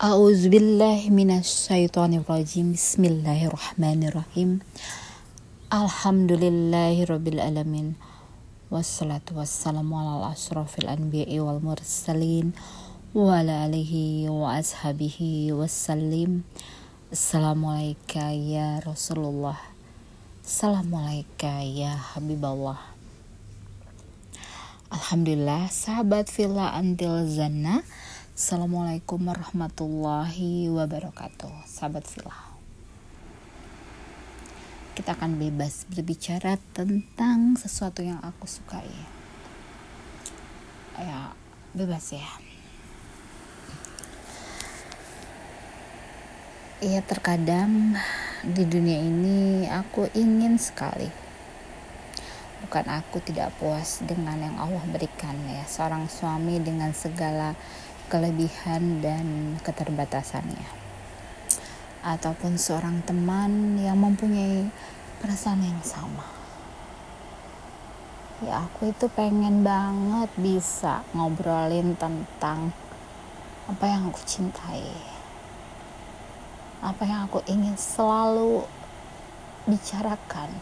A'udzubillahi minasyaitonirrajim. Bismillahirrahmanirrahim. Alhamdulillahirabbil alamin. Wassalatu wassalamu ala asrofil anbiya'i wal mursalin wa ala alihi wa ashabihi wassalim. Assalamualaikum ya Rasulullah. Assalamualaikum ya Habiballah. Alhamdulillah, sahabat Villa Antil Zana. Assalamualaikum warahmatullahi wabarakatuh. Sahabat Villa, kita akan bebas berbicara tentang sesuatu yang aku sukai. Ya, bebas ya. Iya, terkadang di dunia ini aku ingin sekali, bukan aku tidak puas dengan yang Allah berikan ya, seorang suami dengan segala kelebihan dan keterbatasannya, ataupun seorang teman yang mempunyai perasaan yang sama. Ya, aku itu pengen banget bisa ngobrolin tentang apa yang aku cintai, apa yang aku ingin selalu bicarakan,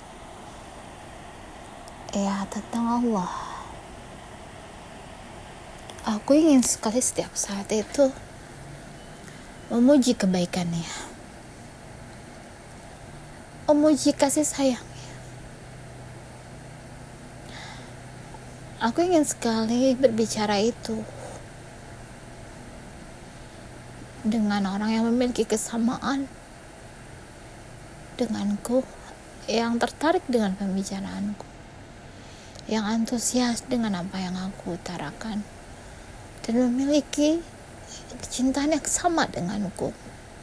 ya, tentang Allah. Aku ingin sekali setiap saat itu memuji kebaikannya, memuji kasih sayangnya. Aku ingin sekali berbicara itu dengan orang yang memiliki kesamaan denganku, yang tertarik dengan pembicaraanku, yang antusias dengan apa yang aku utarakan, dan memiliki kecintaan yang sama denganku.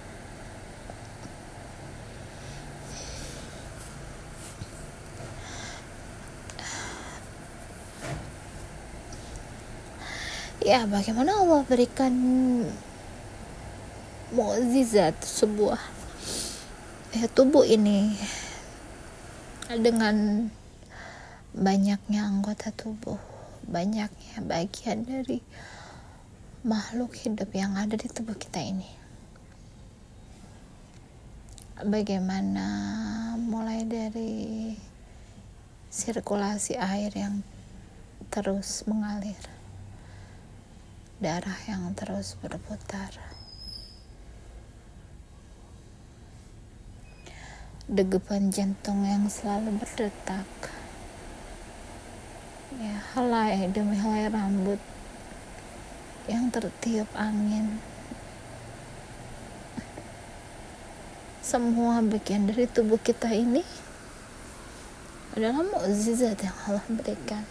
Ya, bagaimana Allah berikan mukjizat sebuah tubuh ini dengan banyaknya anggota tubuh, banyaknya bagian dari makhluk hidup yang ada di tubuh kita ini. Bagaimana mulai dari sirkulasi air yang terus mengalir, darah yang terus berputar, degupan jantung yang selalu berdetak, ya, helai demi helai rambut yang tertiup angin. Semua bagian dari tubuh kita ini adalah mukjizat yang Allah berikan.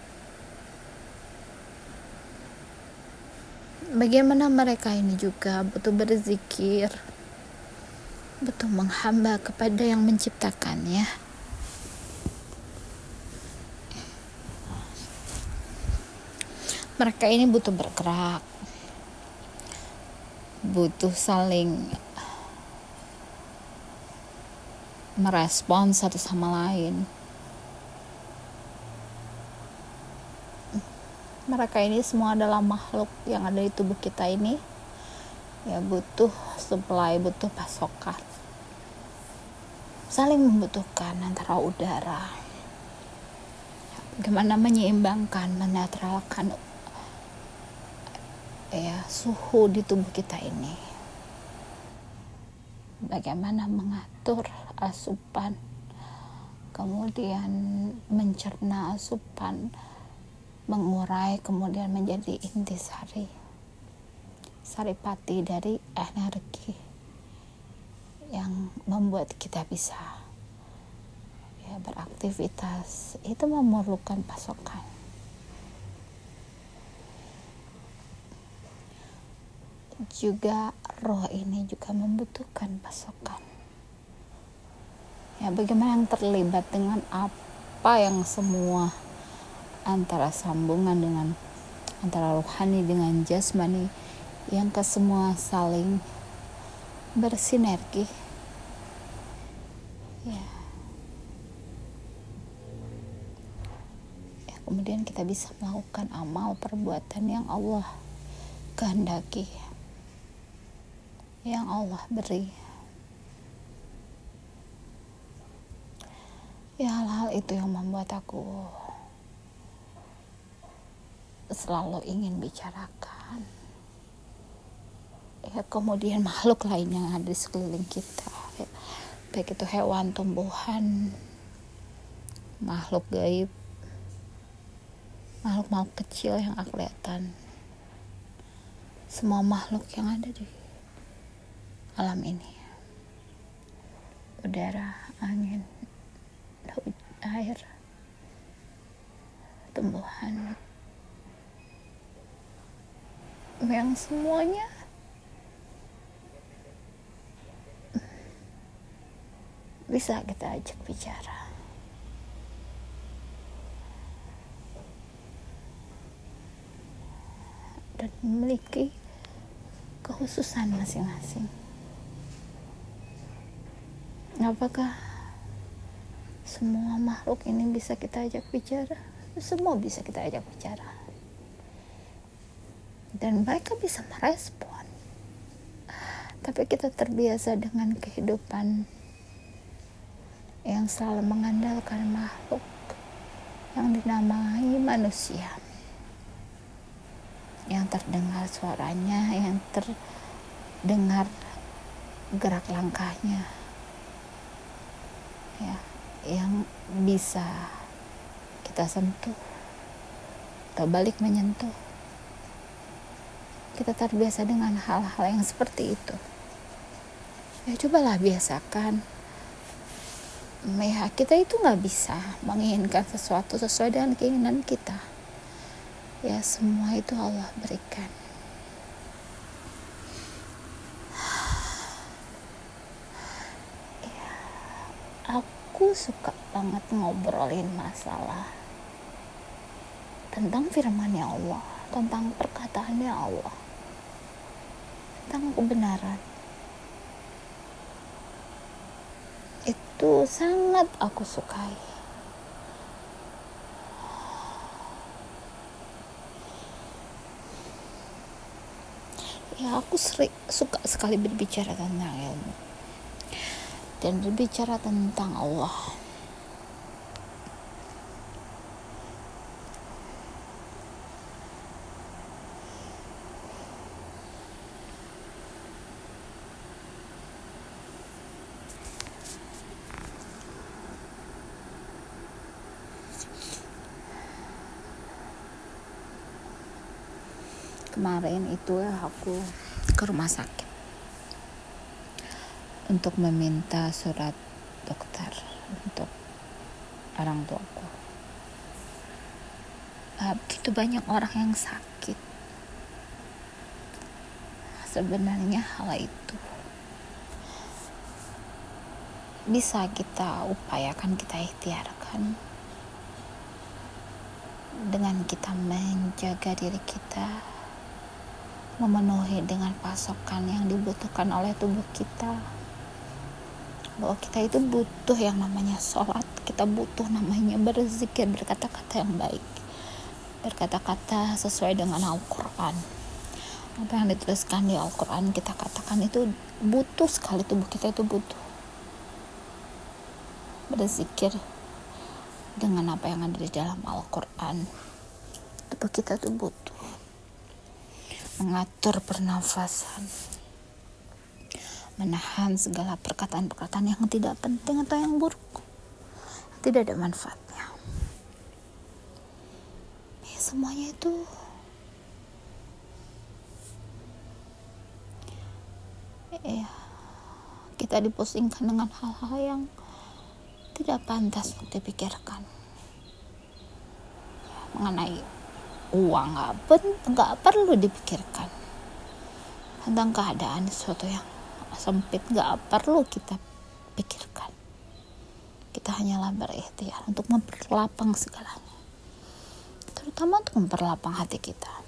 Bagaimana mereka ini juga butuh berzikir, butuh menghamba kepada yang menciptakannya. Mereka ini butuh bergerak, butuh saling merespon satu sama lain. Mereka ini semua adalah makhluk yang ada di tubuh kita ini, ya, butuh supply, butuh pasokan, saling membutuhkan antara udara. Bagaimana menyeimbangkan, menetralkan ya suhu di tubuh kita ini. Bagaimana mengatur asupan, kemudian mencerna asupan, mengurai, kemudian menjadi intisari, saripati dari energi yang membuat kita bisa ya beraktivitas. Itu memerlukan pasokan. Juga roh ini juga membutuhkan pasokan. Ya, bagaimana yang terlibat dengan apa yang semua antara sambungan dengan antara rohani dengan jasmani, yang kesemua saling bersinergi. Ya. Ya, kemudian kita bisa melakukan amal perbuatan yang Allah kehendaki. yang Allah beri. Ya, hal-hal itu yang membuat aku selalu ingin bicarakan. Ya, kemudian makhluk lain yang ada di sekeliling kita, ya, baik itu hewan, tumbuhan, makhluk gaib, makhluk-makhluk kecil yang gak kelihatan, semua makhluk yang ada di alam ini, udara, angin, air, tumbuhan, yang semuanya bisa kita ajak bicara. Dan memiliki kekhususan masing-masing. Apakah semua makhluk ini bisa kita ajak bicara? Semua bisa kita ajak bicara. Dan mereka bisa merespon. Tapi kita terbiasa dengan kehidupan yang selalu mengandalkan makhluk yang dinamai manusia, yang terdengar suaranya, yang terdengar gerak langkahnya, ya, yang bisa kita sentuh atau balik menyentuh. Kita terbiasa dengan hal-hal yang seperti itu. Ya, cobalah biasakan. Ya, kita itu gak bisa menginginkan sesuatu sesuai dengan keinginan kita. Ya, semua itu Allah berikan. Ya, aku suka banget ngobrolin masalah tentang firman-Nya Allah, tentang perkataan-Nya Allah, tentang kebenaran. Itu sangat aku sukai. Ya, aku suka sekali berbicara tentang ilmu dan berbicara tentang Allah. Kemarin itu aku ke rumah sakit untuk meminta surat dokter untuk orang tuaku. Begitu banyak orang yang sakit. Sebenarnya hal itu bisa kita upayakan, kita ikhtiarkan dengan kita menjaga diri kita, memenuhi dengan pasokan yang dibutuhkan oleh tubuh kita. Bahwa kita itu butuh yang namanya sholat, kita butuh namanya berzikir, berkata-kata yang baik, berkata-kata sesuai dengan Al-Quran. Apa yang dituliskan di Al-Quran kita katakan itu butuh sekali, tubuh kita itu butuh berzikir dengan apa yang ada di dalam Al-Quran. Tubuh kita itu butuh mengatur pernafasan, menahan segala perkataan-perkataan yang tidak penting atau yang buruk, tidak ada manfaatnya. Ya, semuanya itu ya, kita dipusingkan dengan hal-hal yang tidak pantas untuk dipikirkan. Mengenai uang nggak perlu dipikirkan. Tentang keadaan sesuatu yang sempit nggak perlu kita pikirkan. Kita hanyalah berikhtiar untuk memperlapang segalanya, terutama untuk memperlapang hati kita.